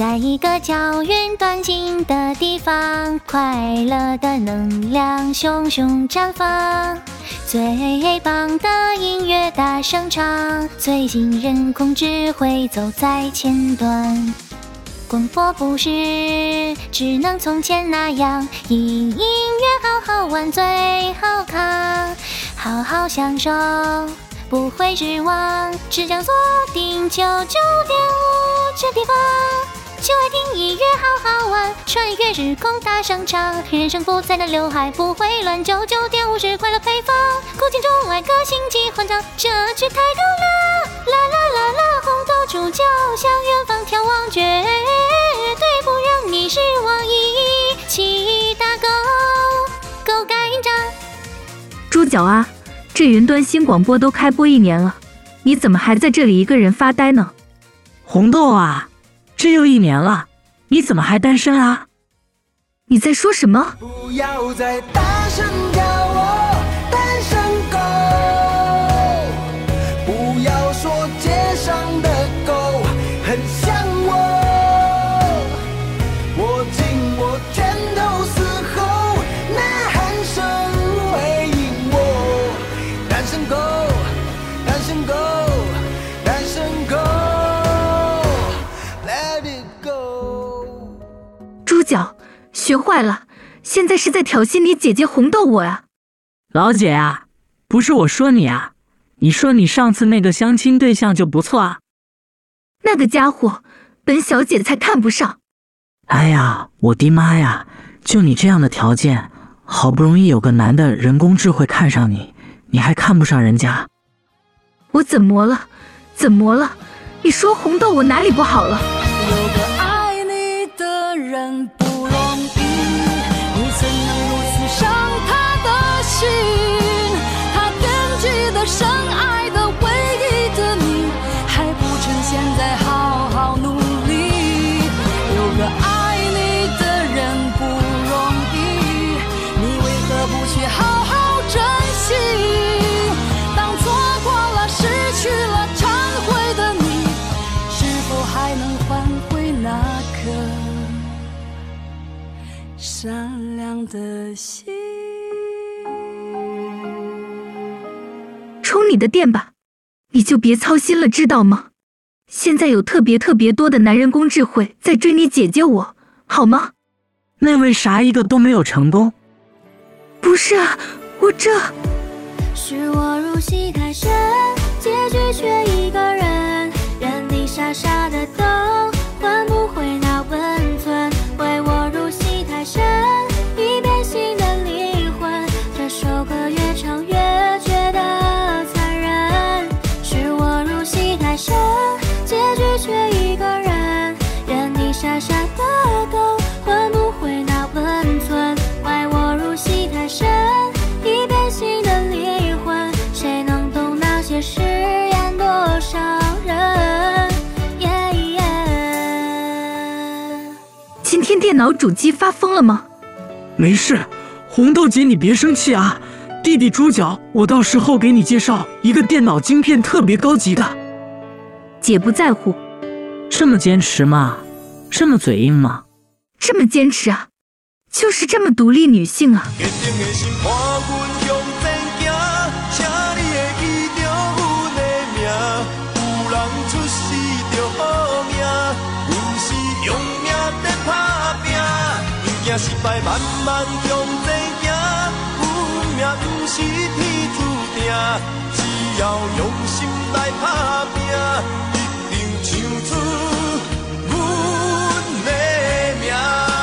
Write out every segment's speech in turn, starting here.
在一个叫云端境的地方，快乐的能量熊熊绽放，最棒的音乐大声唱，最近人工智慧走在前端。广播不是只能从前那样，音乐好好玩最好看，好好享受不会失望，只想锁定99.5这地方，就爱听音乐好好玩，穿越时空大声唱，人生不再那刘海不会乱，99.5是快乐配方，古今中外歌星际欢唱，这剧太高了，啦啦啦啦，红豆主角向远方眺望，绝对不让你失望，一起打勾勾盖章。 猪脚啊，这云端新广播都开播1年了，你怎么还在这里一个人发呆呢？ 红豆啊，这又1年了，你怎么还单身啊？ 你在说什么？ 不要再大声叫我单身狗，不要说街上的狗很像我，握紧我拳头嘶吼，呐喊声回应我，单身狗，单身狗，单身狗。 猪脚，学坏了，现在是在挑衅你姐姐红豆我啊！ 老姐啊，不是我说你啊，你说你上次那个相亲对象就不错啊。 那个家伙，本小姐才看不上。 哎呀，我的妈呀，就你这样的条件，好不容易有个男的人工智慧看上你，你还看不上人家？ 我怎么了？怎么了？你说红豆我哪里不好了？ 有个爱你的人不容易，你怎能如此伤他的心？他惦记的深爱的唯一的你，还不趁现在好好努力。有个爱你的人不容易，你为何不去好好珍惜？当错过了失去了忏悔的你，是否还能换回那颗善良的心？ 充你的电吧，你就别操心了，知道吗？现在有特别多的男人工智慧在追你姐姐我，好吗？ 那为啥一个都没有成功？ 不是啊，我这是我入戏太深，结局却一个人，原地傻傻的等，换不回那温存。为我入戏太深，已变心的离婚，这首歌越唱越觉得残忍。是我入戏太深，结局却一个人，原地傻傻的等，换不回那温存。为我入戏太深，已变心的离婚，谁能懂那些誓言多伤人？ 今天电脑主机发疯了吗？ 没事，红豆姐你别生气啊，弟弟猪脚，我到时候给你介绍一个电脑晶片特别高级的。 姐不在乎。 这么坚持吗？这么嘴硬吗？ 这么坚持啊，就是这么独立女性啊。 失败慢慢向前行，运命不是天注定，只要用心来打拼，一定唱出阮的名。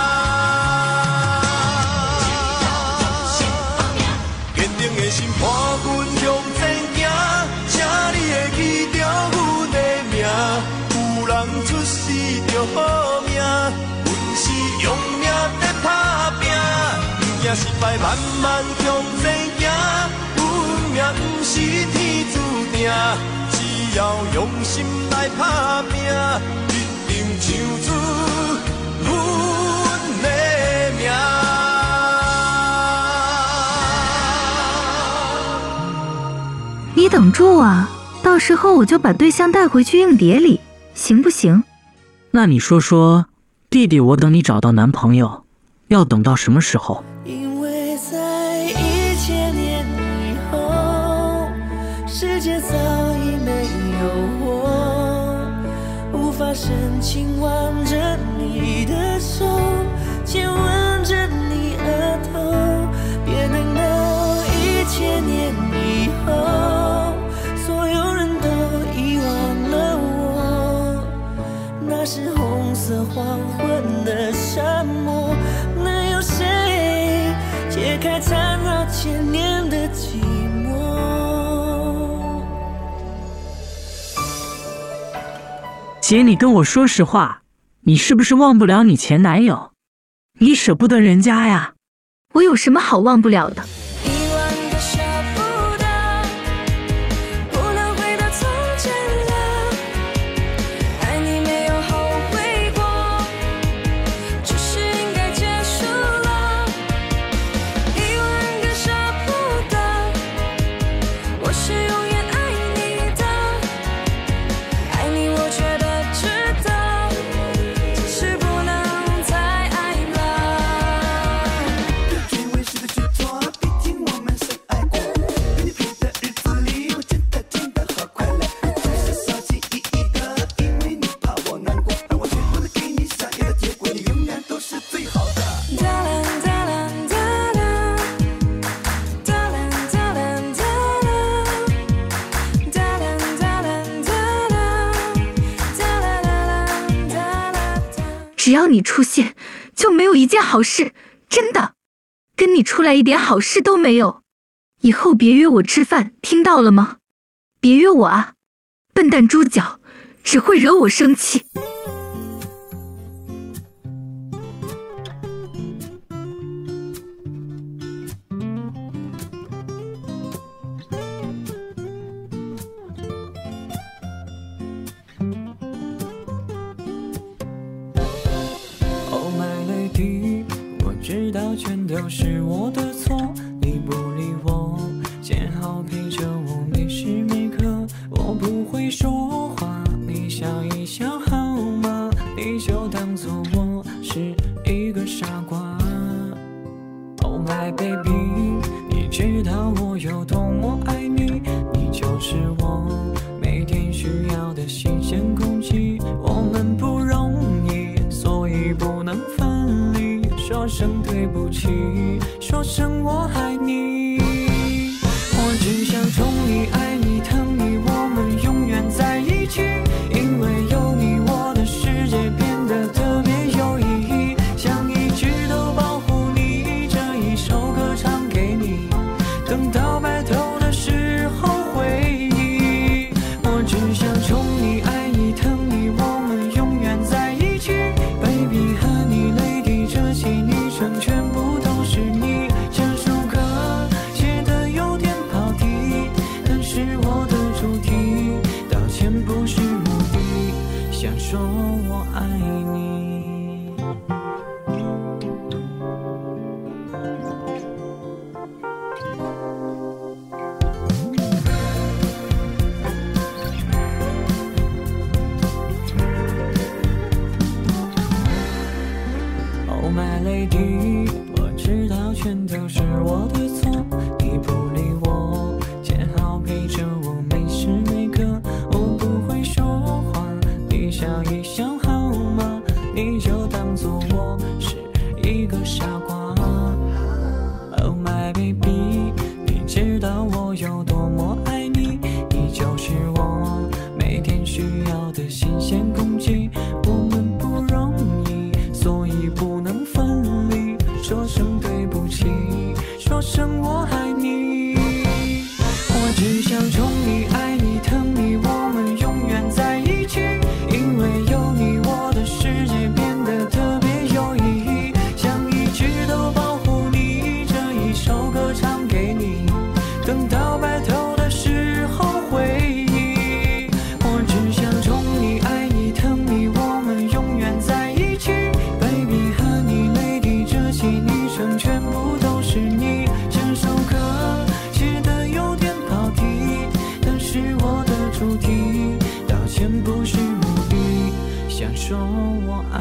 坚定的心伴阮向前行，请你会记着阮的名，有人出世就好命，阮是用命在打拼，不惊失败，慢慢向前行。运命不是天注定，只要用心来打拼，一定唱出阮的名。 你等住啊，到时候我就把对象带回去硬碟里，行不行？ 那你说说，弟弟，我等你找到男朋友，要等到什么时候？ 因为在1000年以后，世界早已没有我，无法深情挽着你的手，亲吻着你额头。别等到1000年以后，所有人都遗忘了我。那是红色黄昏的沙漠，能有谁解开缠绕千年的寂寞？ 姐，你跟我说实话，你是不是忘不了你前男友？你舍不得人家呀？ 我有什么好忘不了的？ 遗忘的舍不得，不能回到从前了。爱你没有后悔过，只是应该结束了。遗忘的舍不得，我是永远爱你的。爱你我觉得值得，只是不能再爱了。 因为是的执着，毕竟我们深爱过。有你陪的日子里，我真的好快乐。不是小心翼翼的，因为你怕我难过，而我全部的给你，想要的结果你永远都是最好的。 哒啦哒啦哒啦，哒啦哒啦哒啦，哒啦哒啦哒啦，哒啦啦啦哒啦哒。 只要你出现，就没有一件好事，真的，跟你出来一点好事都没有。以后别约我吃饭，听到了吗？别约我啊，笨蛋猪脚，只会惹我生气。 Oh my lady， 我知道全都是我的错，你不理我，见好陪着我，每时每刻我不会说话，你笑一笑好吗？你就当作我是一个傻瓜。Oh my baby， 你知道我有多么爱你，你就是我每天需要的新鲜空气。我们不容易，所以不能分离。说声对不起，说声我爱你。我只想宠你、爱你、疼你，我们永远在一起。因为有你，我的世界变得特别有意义。想一直都保护你，这一首歌唱给你，等到白头的时候回忆。我只想宠你、爱你、疼你，我们永远在一起。Baby 和你 Lady， 这些昵称全部都是你。这首歌写得有点跑题，但是我的主题，道歉不是目的，想说我爱你。Oh my lady， 我知道全都是我的错，你不理我，见好陪着我，每时每刻我不会说话，你笑一笑好吗？你就当作我是一个傻瓜。Oh my baby， 你知道我有多么爱你，你就是我每天需要的新鲜空气。我们不容易，所以不能分离。说声对不起，说声我爱你。 我爱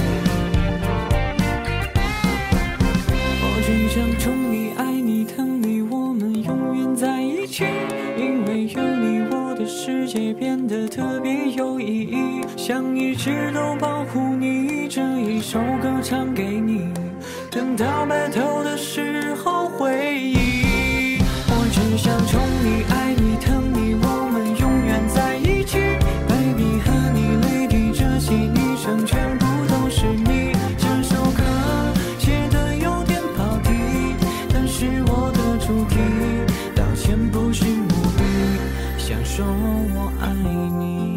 你。我只想宠你、爱你、疼你，我们永远在一起。因为有你，我的世界变得特别有意义。想一直都保护你，这一首歌唱给你，等到白头的时候回忆。我只想宠你、爱你、疼你，我们永远在一起。Baby 和你泪滴，这些女生全部都是你。这首歌写得有点跑题，但是我的主题，道歉不是目的，想说我爱你。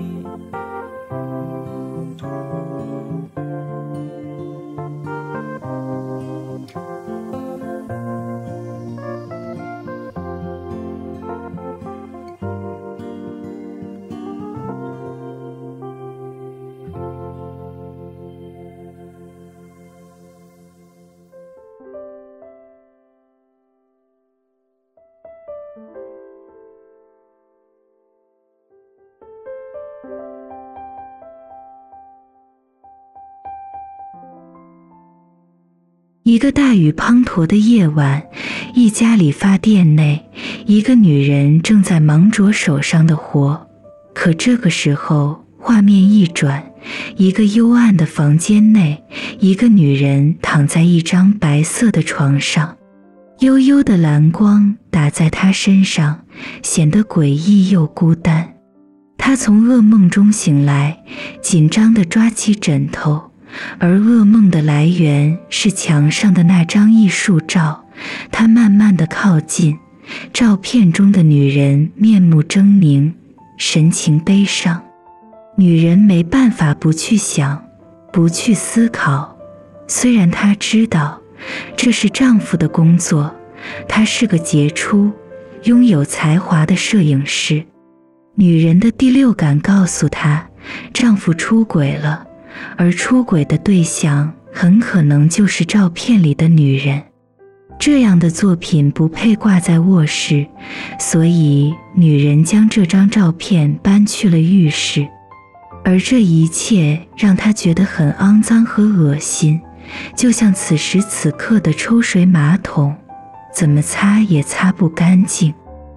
一个大雨滂沱的夜晚，一家理发店内，一个女人正在忙着手上的活。可这个时候，画面一转，一个幽暗的房间内，一个女人躺在一张白色的床上，幽幽的蓝光打在她身上，显得诡异又孤单。她从噩梦中醒来，紧张地抓起枕头，而噩梦的来源是墙上的那张艺术照。她慢慢地靠近，照片中的女人面目狰狞，神情悲伤。女人没办法不去想，不去思考。虽然她知道这是丈夫的工作，他是个杰出、拥有才华的摄影师。女人的第六感告诉她，丈夫出轨了，而出轨的对象很可能就是照片里的女人。这样的作品不配挂在卧室，所以女人将这张照片搬去了浴室。而这一切让她觉得很肮脏和恶心，就像此时此刻的抽水马桶，怎么擦也擦不干净。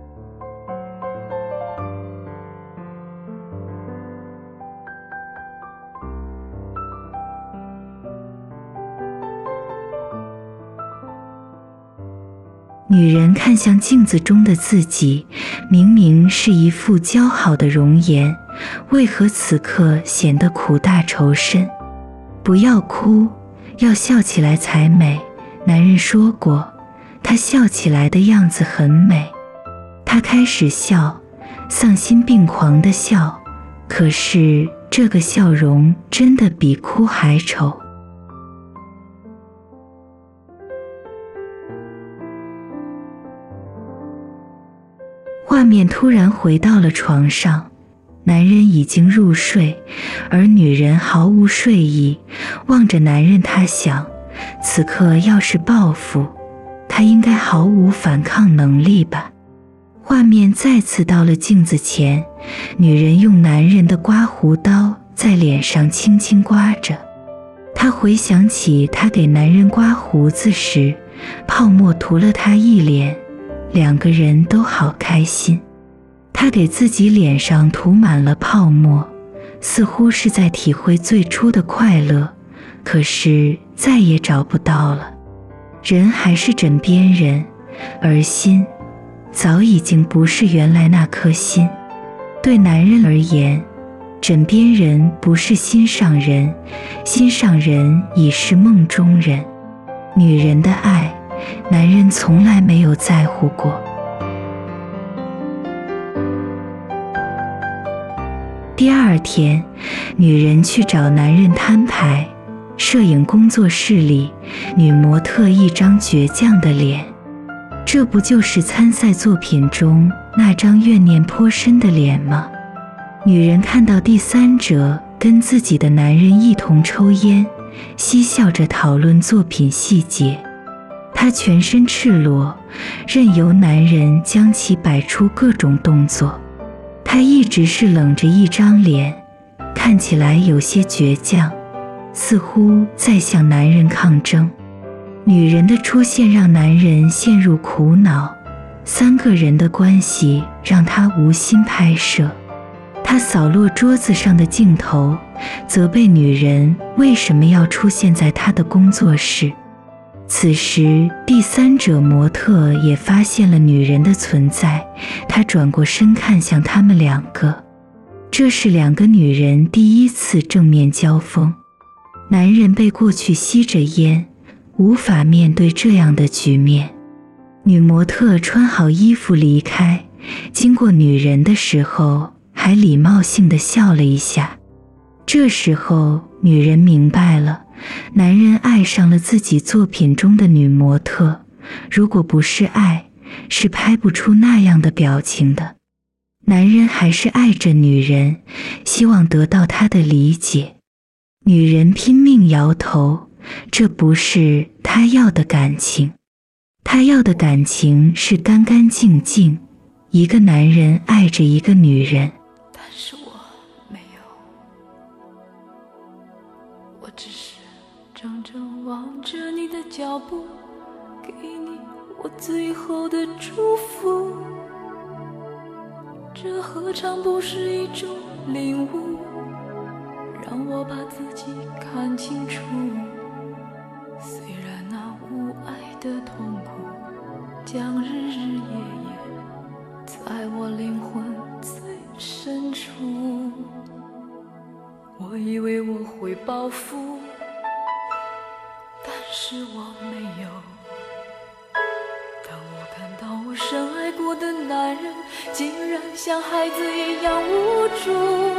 女人看向镜子中的自己，明明是一副姣好的容颜，为何此刻显得苦大仇深？不要哭，要笑起来才美。男人说过，他笑起来的样子很美。他开始笑，丧心病狂的笑，可是这个笑容真的比哭还丑。画面突然回到了床上，男人已经入睡，而女人毫无睡意，望着男人，她想，此刻要是报复，她应该毫无反抗能力吧。画面再次到了镜子前，女人用男人的刮胡刀在脸上轻轻刮着。她回想起她给男人刮胡子时，泡沫涂了她一脸，两个人都好开心。她给自己脸上涂满了泡沫，似乎是在体会最初的快乐，可是再也找不到了。人还是枕边人，而心早已经不是原来那颗心。对男人而言，枕边人不是心上人，心上人已是梦中人。女人的爱，男人从来没有在乎过。第二天，女人去找男人摊牌。摄影工作室里，女模特一张倔强的脸，这不就是参赛作品中那张怨念颇深的脸吗？女人看到第三者跟自己的男人一同抽烟，嬉笑着讨论作品细节。她全身赤裸，任由男人将其摆出各种动作。她一直是冷着一张脸， 看起来有些倔强，似乎在向男人抗争。女人的出现让男人陷入苦恼，3个人的关系让他无心拍摄。他扫落桌子上的镜头，责备女人为什么要出现在他的工作室。此时，第3者模特也发现了女人的存在，他转过身看向他们2个。这是2个女人第1次正面交锋。男人被过去吸着烟，无法面对这样的局面。女模特穿好衣服离开，经过女人的时候还礼貌性地笑了一下。这时候女人明白了，男人爱上了自己作品中的女模特，如果不是爱，是拍不出那样的表情的。男人还是爱着女人，希望得到她的理解。女人拼命摇头，这不是她要的感情。她要的感情是干干净净，一个男人爱着一个女人。 但是我没有，我只是怔怔望着你的脚步，给你我最后的祝福。这何尝不是一种领悟，让我把自己看清楚。虽然那无爱的痛苦将日日夜夜在我灵魂最深处，我以为我会报复，但是我没有。当我看到我深爱过的男人竟然像孩子一样无助，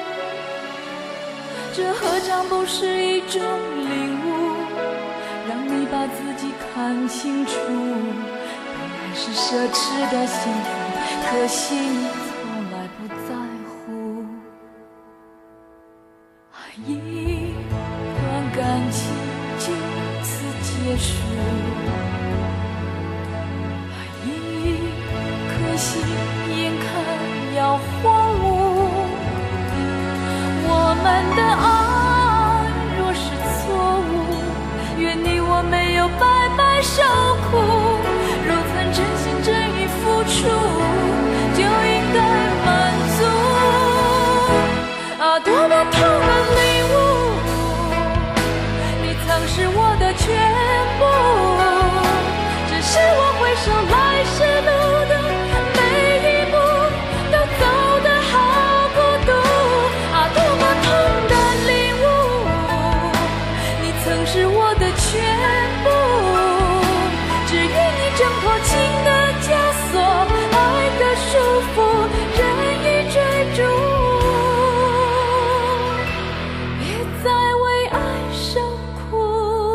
这何尝不是一种领悟，让你把自己看清楚。本来是奢侈的幸福，可惜你从来不在乎。一段感情就此结束，一颗心眼看要荒芜。我们的爱若是错误，愿你我没有白白受苦。若曾真心真意付出，就应该满足。啊，多么痛的领悟，你曾是我的全部，只是我回首来时路的每一步都走得好孤独。啊，多么痛的领悟，你曾是我的全部，只愿你挣脱情的枷锁，爱的束缚，任意追逐，别再为爱受苦。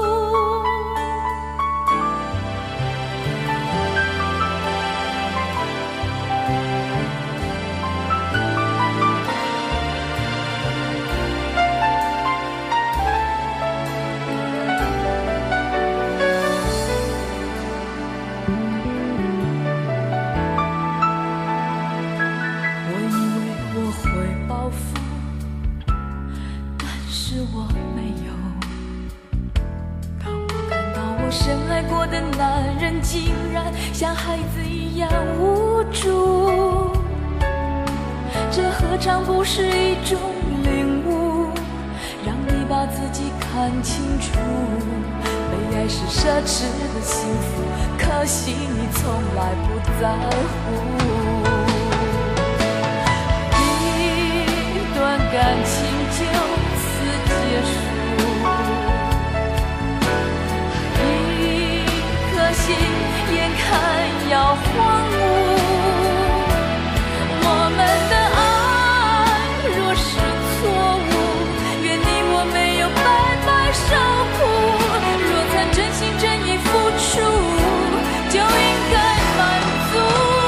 我以为我会报复，但是我没有。当我看到我深爱过的男人竟然像孩子一样无助，这何尝不是一种领悟，让你把自己看清楚。被爱是奢侈的幸福，可惜你从来不在乎。一段感情就此结束，一颗心眼看要荒芜。我们的爱若是错误，愿你我没有白白受苦。若曾真心真意付出，就应该满足。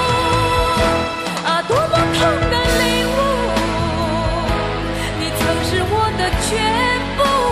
啊，多么痛的领悟，你曾是我的全部。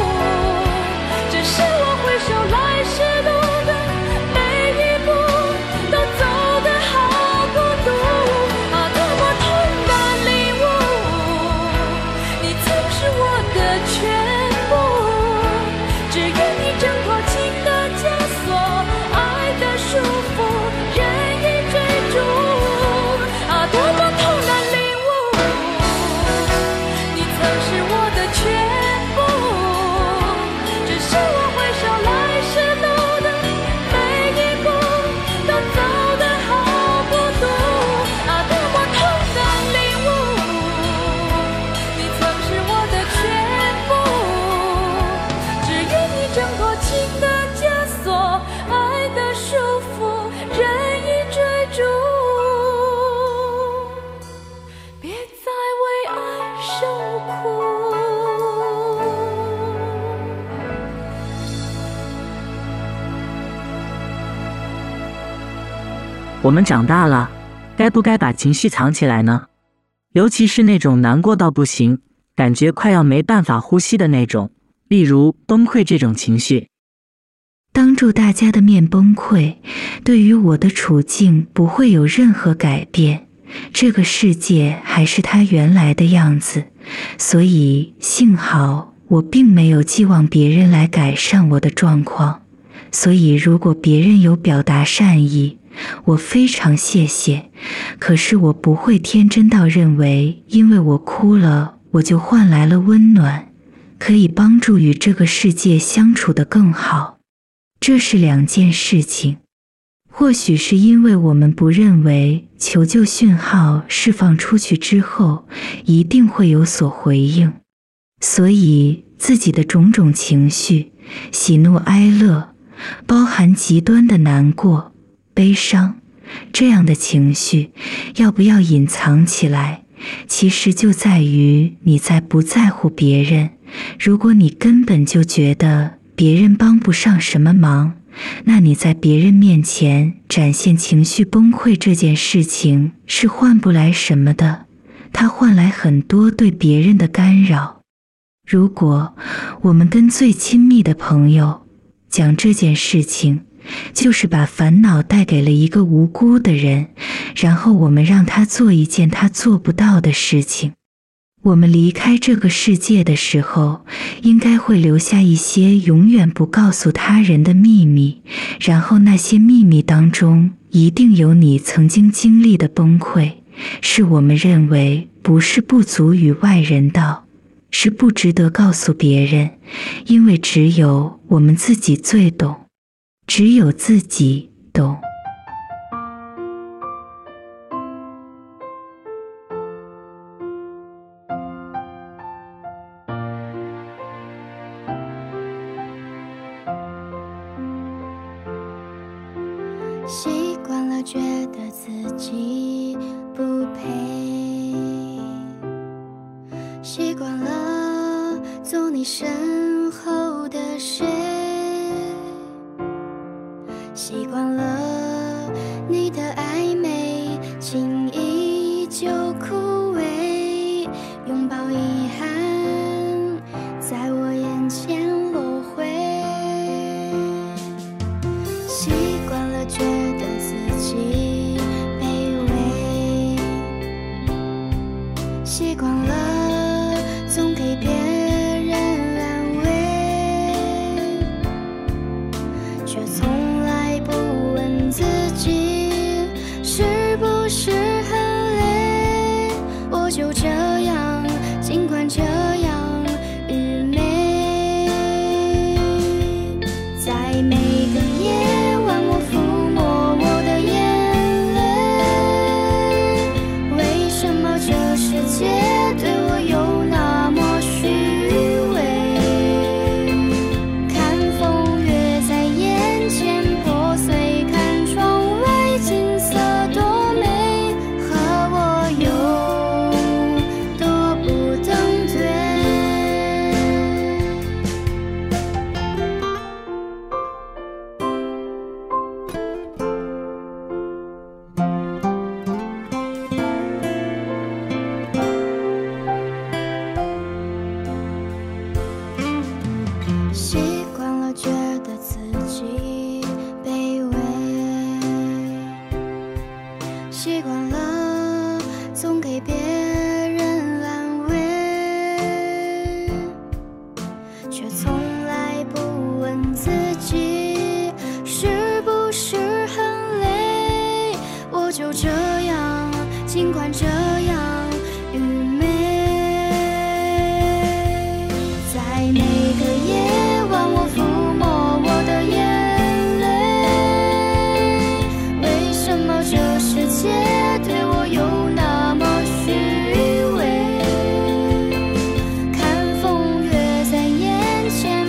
我们长大了，该不该把情绪藏起来呢？尤其是那种难过到不行，感觉快要没办法呼吸的那种，例如崩溃这种情绪。 当着大家的面崩溃，对于我的处境不会有任何改变，这个世界还是它原来的样子，所以幸好我并没有寄望别人来改善我的状况。所以如果别人有表达善意，我非常谢谢，可是我不会天真到认为因为我哭了，我就换来了温暖，可以帮助与这个世界相处得更好。这是两件事情。或许是因为我们不认为求救讯号释放出去之后一定会有所回应，所以自己的种种情绪，喜怒哀乐，包含极端的难过、悲伤，这样的情绪要不要隐藏起来，其实就在于你在不在乎别人。如果你根本就觉得别人帮不上什么忙，那你在别人面前展现情绪崩溃这件事情是换不来什么的，它换来很多对别人的干扰。如果我们跟最亲密的朋友讲这件事情，就是把烦恼带给了一个无辜的人，然后我们让他做一件他做不到的事情。我们离开这个世界的时候，应该会留下一些永远不告诉他人的秘密，然后那些秘密当中一定有你曾经经历的崩溃，是我们认为不是不足与外人道，是不值得告诉别人，因为只有我们自己最懂，只有自己懂。 习惯了觉得自己不配，习惯了做你身后的谁，习惯了你的暧昧轻易就枯萎，拥抱遗憾在我眼前落灰，习惯了觉得自己卑微，习惯了总给别人安慰，却从来不问自己是不是很累，我就这样，尽管这样愚昧，在每个夜晚我抚摸我的眼泪，为什么这世界对我有那么虚伪，看风月在眼前破碎，看窗外景色多美，和我有多不登对。习惯了觉得自己卑微，习惯了总给别人安慰，却从来不问自己是不是很累，我就这样，尽管这样愚昧，在每个夜晚我抚摸我的眼泪，为什么这世界对我有那么虚伪，看风月在眼前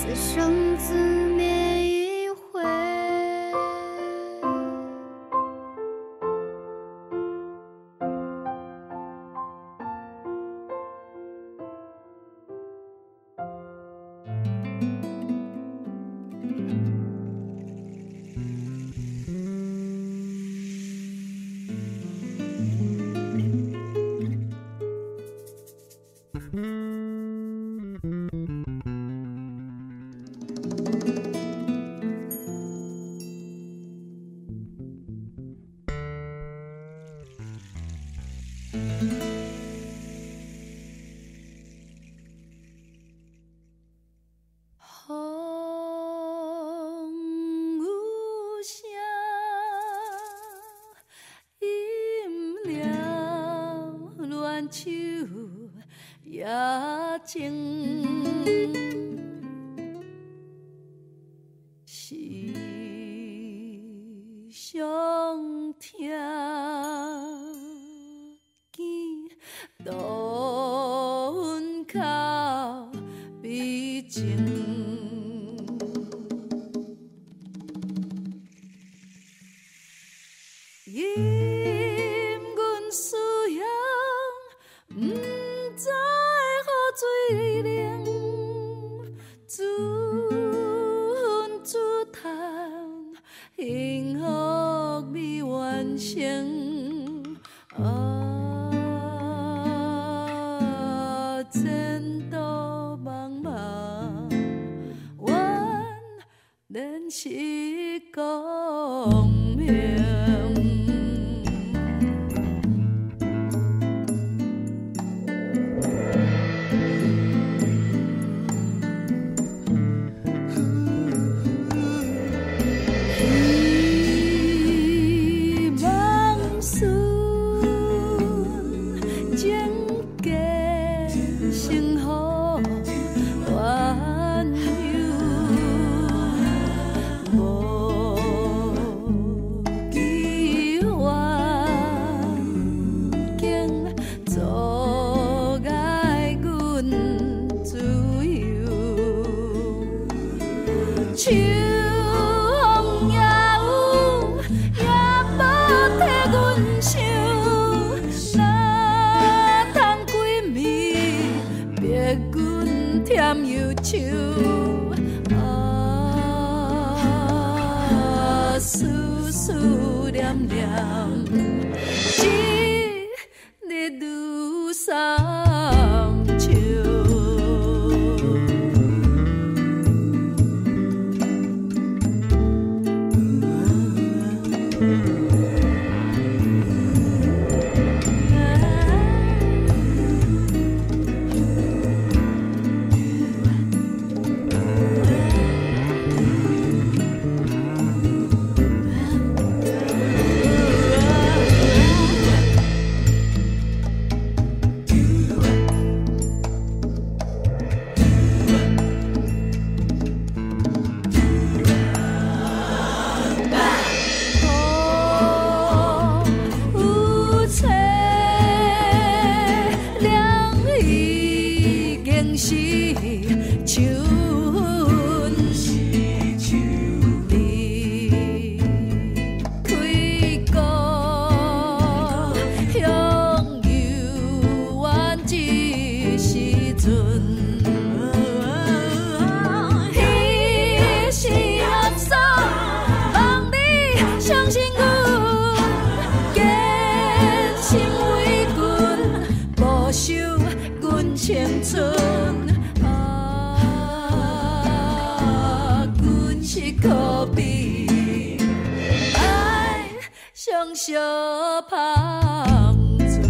此生自灭一回。风有声，饮了暖手也情，是上听见顿口悲情。因阮思乡，不知何水冷，自恨自叹，幸福未完成。前途茫茫，原然是公平。秋风也有，也无替阮想，哪通几暝别阮添忧愁？思思念念，一日愈三秋。青春阮是可比，爱上相芳存。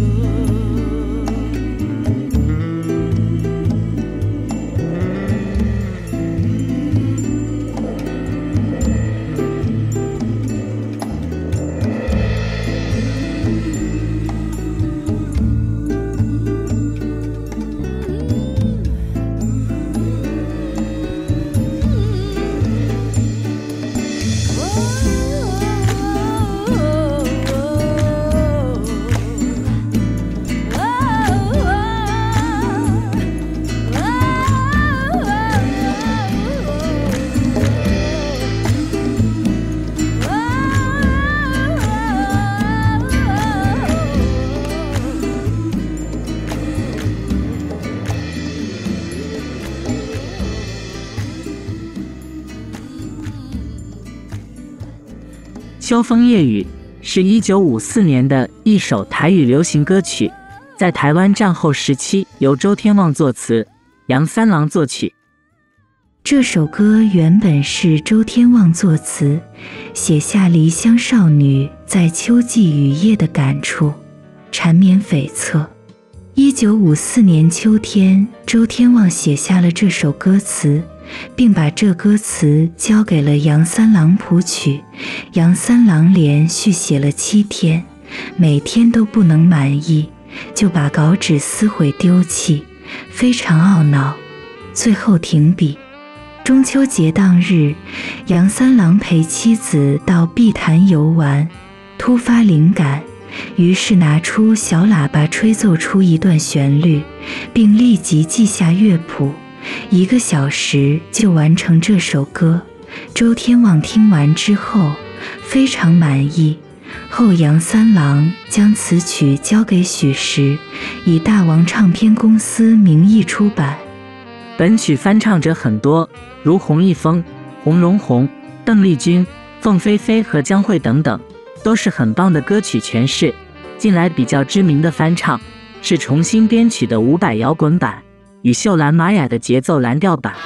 秋风夜雨是1954年的一首台语流行歌曲，在台湾战后时期由周天旺作词，杨三郎作曲。 这首歌原本是周天旺作词，写下离乡少女在秋季雨夜的感触，缠绵悱恻。1954年秋天，周天旺写下了这首歌词，并把这歌词交给了杨三郎谱曲。杨三郎连续写了7天，每天都不能满意，就把稿纸撕毁丢弃，非常懊恼，最后停笔。中秋节当日，杨三郎陪妻子到碧潭游玩，突发灵感，于是拿出小喇叭吹奏出一段旋律，并立即记下乐谱，1个小时就完成这首歌。周天旺听完之后非常满意，后杨三郎将此曲交给许石，以大王唱片公司名义出版。 本曲翻唱者很多，如洪一峰、洪荣宏、邓丽君、凤飞飞和江蕙等等，都是很棒的歌曲诠释。近来比较知名的翻唱是重新编曲的伍佰摇滚版与秀兰玛雅的节奏蓝调版。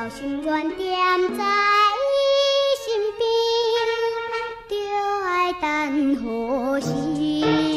有心愿踮在身边，就爱等何时？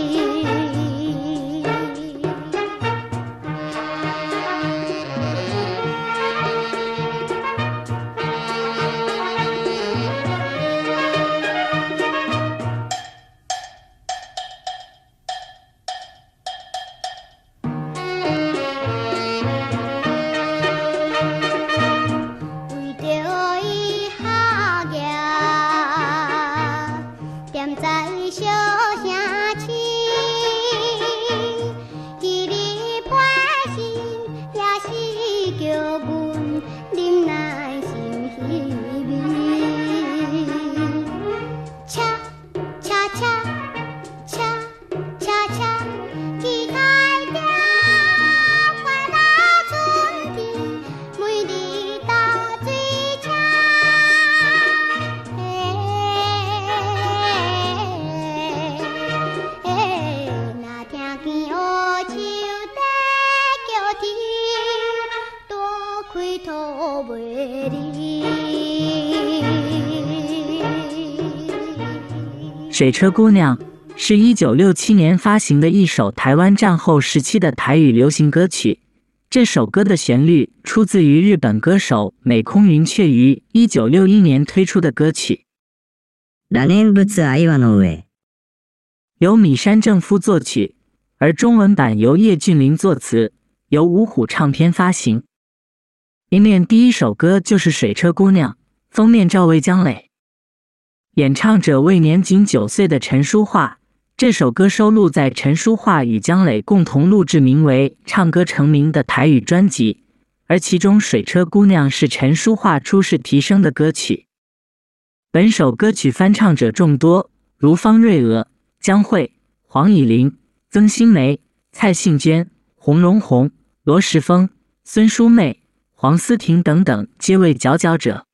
水车姑娘是1967年发行的一首台湾战后时期的台语流行歌曲。这首歌的旋律出自于日本歌手美空云雀于1961年推出的歌曲。 ラネンブツアイワノウエ， 由米山正夫作曲，而中文版由叶俊麟作词，由五虎唱片发行。里面第一首歌就是水车姑娘，封面照为江磊，演唱者为年仅9岁的陈淑桦。这首歌收录在陈淑桦与江磊共同录制名为《唱歌成名》的台语专辑，而其中《水车姑娘》是陈淑桦出世提升的歌曲。本首歌曲翻唱者众多，如方瑞娥、江蕙、黄以玲、曾心梅、蔡幸娟、洪荣宏、罗时丰、孙淑媚、黄思婷等等皆为佼佼者。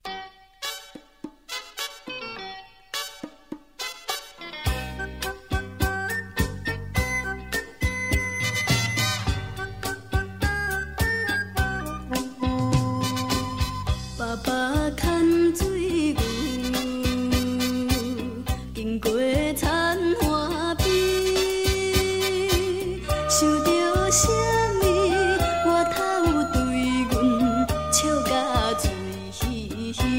嘿。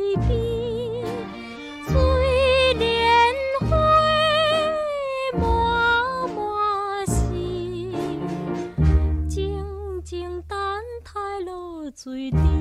边，水莲花满满心，静静等待落水滴。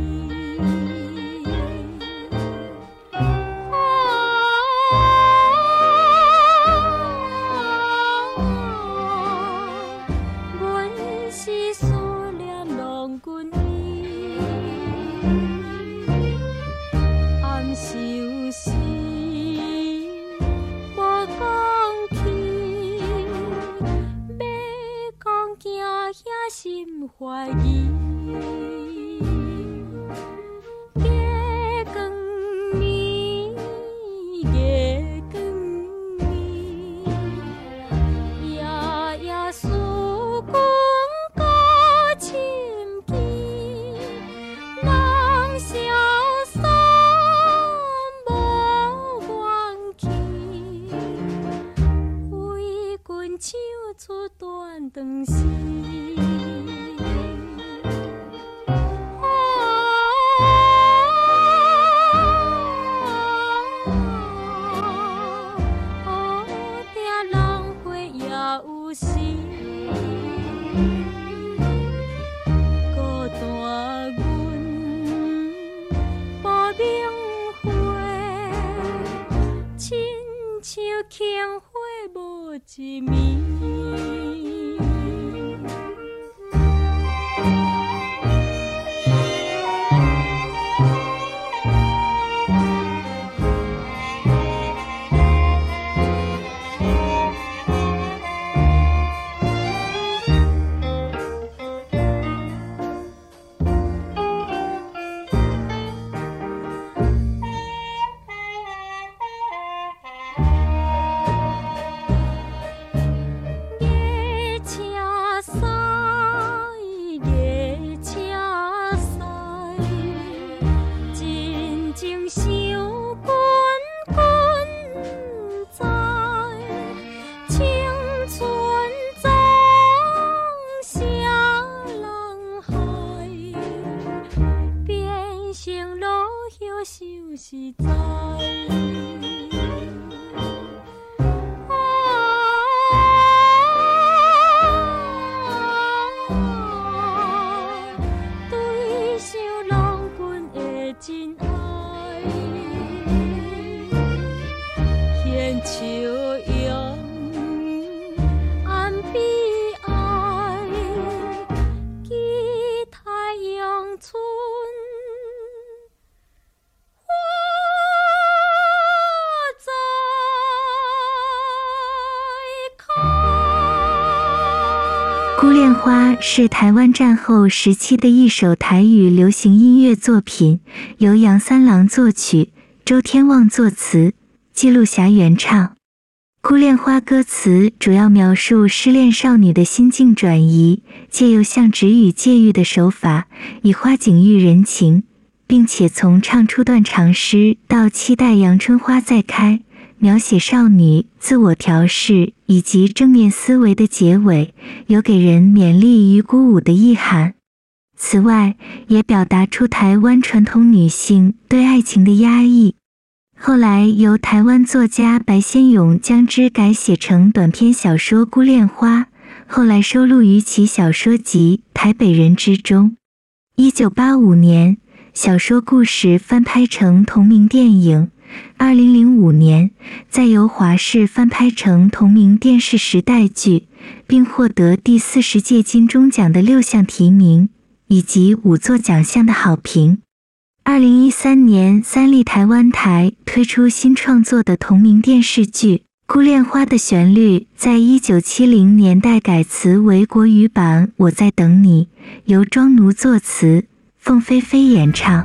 心怀疑，月光暝，月光暝，夜夜思君到深更，人消散无缘期，为君唱出断肠诗。轻花无一面。就是知。对想郎君的真爱，牵笑扬安悲哀，期待阳春。 《孤恋花》是台湾战后时期的一首台语流行音乐作品，由杨三郎作曲，周天旺作词，纪录霞原唱。《孤恋花》歌词主要描述失恋少女的心境转移，借由像止语借喻的手法，以花景喻人情，并且从唱出断肠诗到期待阳春花再开，描写少女自我调试以及正面思维的结尾，有给人勉励与鼓舞的意涵。此外，也表达出台湾传统女性对爱情的压抑。后来由台湾作家白先勇将之改写成短篇小说《孤恋花》，后来收录于其小说集《台北人》之中。1985年，小说故事翻拍成同名电影。2005年，再由华视翻拍成同名电视时代剧，并获得第40届金钟奖的6项提名，以及5座奖项的好评。2013年，三立台湾台推出新创作的同名电视剧《孤恋花》的旋律，在1970年代改词为国语版《我在等你》，由庄奴作词，凤飞飞演唱。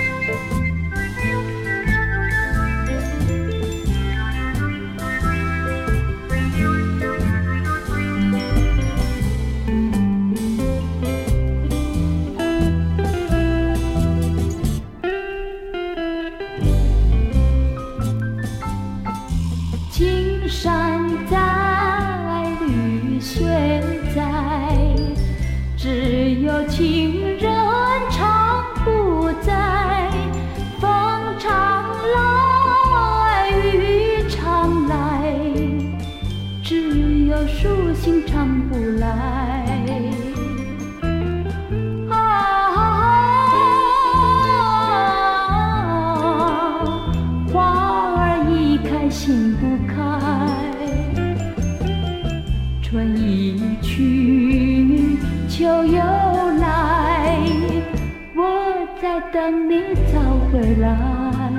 青山在，绿水在，只有情人常不在。 谈不来。花儿一开心不开，春一去秋又来，我在等你早回来。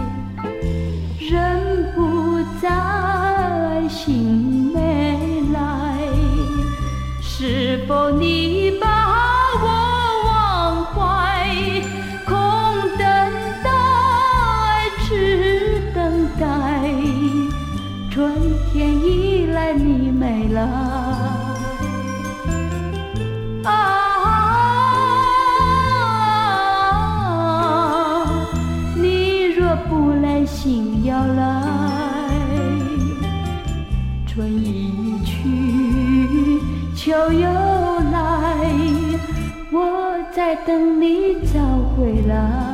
人不在，心没来，是否你把我忘怀？空等待，只等待，春天已来，你没来。你若不来，心要来。春一去，秋又来，我在等你早回来。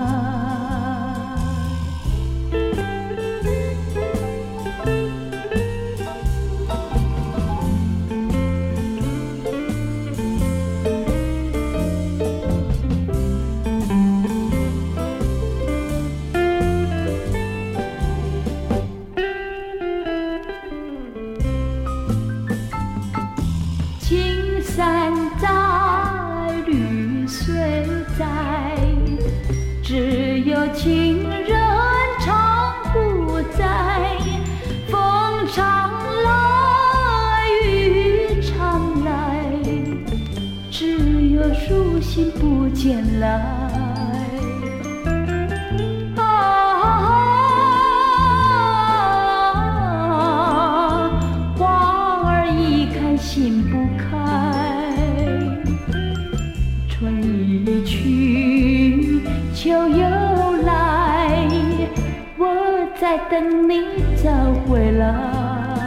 青山在，绿水在，只有情人常不在。风常来，雨常来，只有书信不见来。心不开，春一去秋又来，我在等你早回来。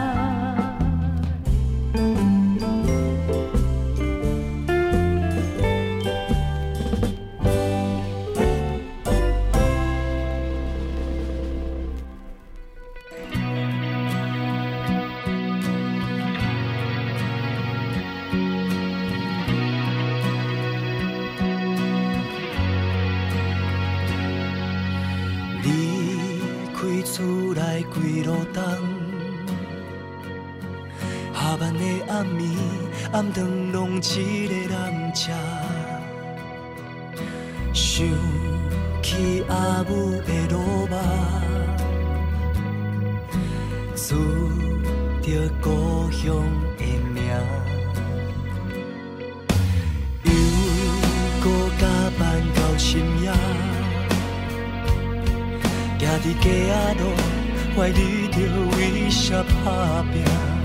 厝内几路灯，下班的暗暝，暗灯拢一个男车。想起阿母的落寞，思着故乡的名，又搁加班到深夜。行伫街仔路，怀疑着为啥打拼，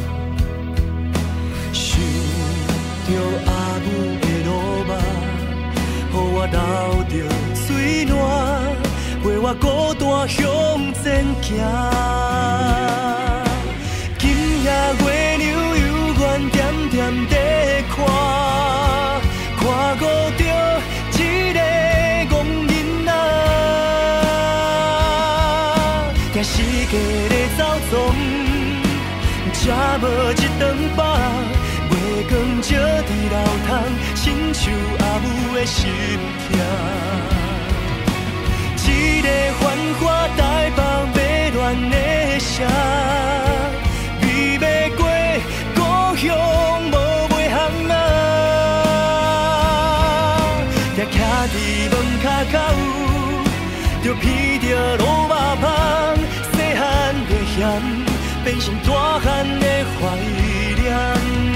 想着阿母的落寞，予我流着水汗，陪我孤单向前行。今夜月亮犹原点点在看，看顾着一个戆囡仔。惊世界在走总，才无一顿饱。月光照伫楼窗，亲像阿母的心痛。一个繁华台北迷乱的城，为要过故乡无袂行啊。定徛伫门骹口，就闻着落肉香。细汉的嫌，变成大汉的怀念。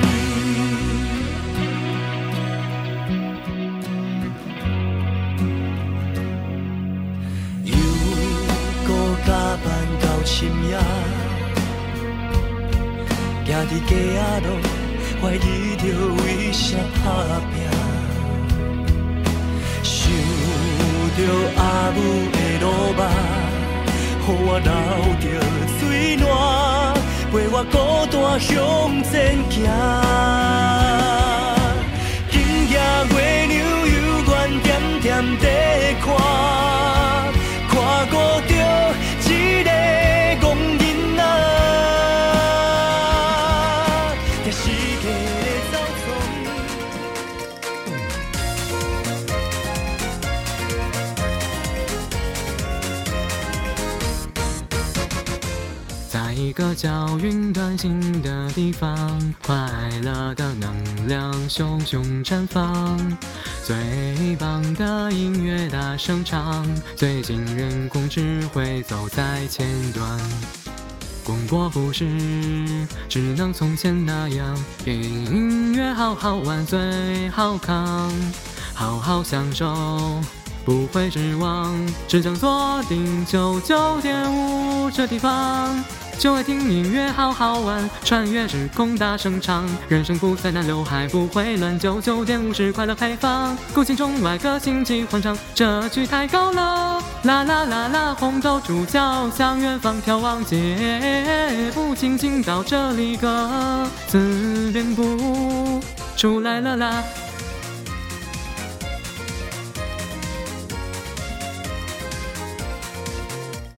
又搁加班到深夜，行伫街仔路，怀疑着为啥打拼。想着阿母的落寞，予我流着水汗，陪我孤单向前行。今夜月亮犹原点点在看，看顾着一个戆囡仔。这世界在一个叫云端星的地方，快乐的能量熊熊绽放，最棒的音乐大声唱，最近人工智慧走在前端。广播不是只能从前那样，音乐好好玩最好康，好好享受不会失望，只想锁定99.5这地方，就爱听音乐好好玩，穿越时空大声唱，人生不再难，刘海不会乱，99.5是快乐配方，古今中外个性齐欢唱，这曲太高了，啦啦啦啦，红豆主角向远方眺望，街步轻轻到这里，歌词编不出来了啦。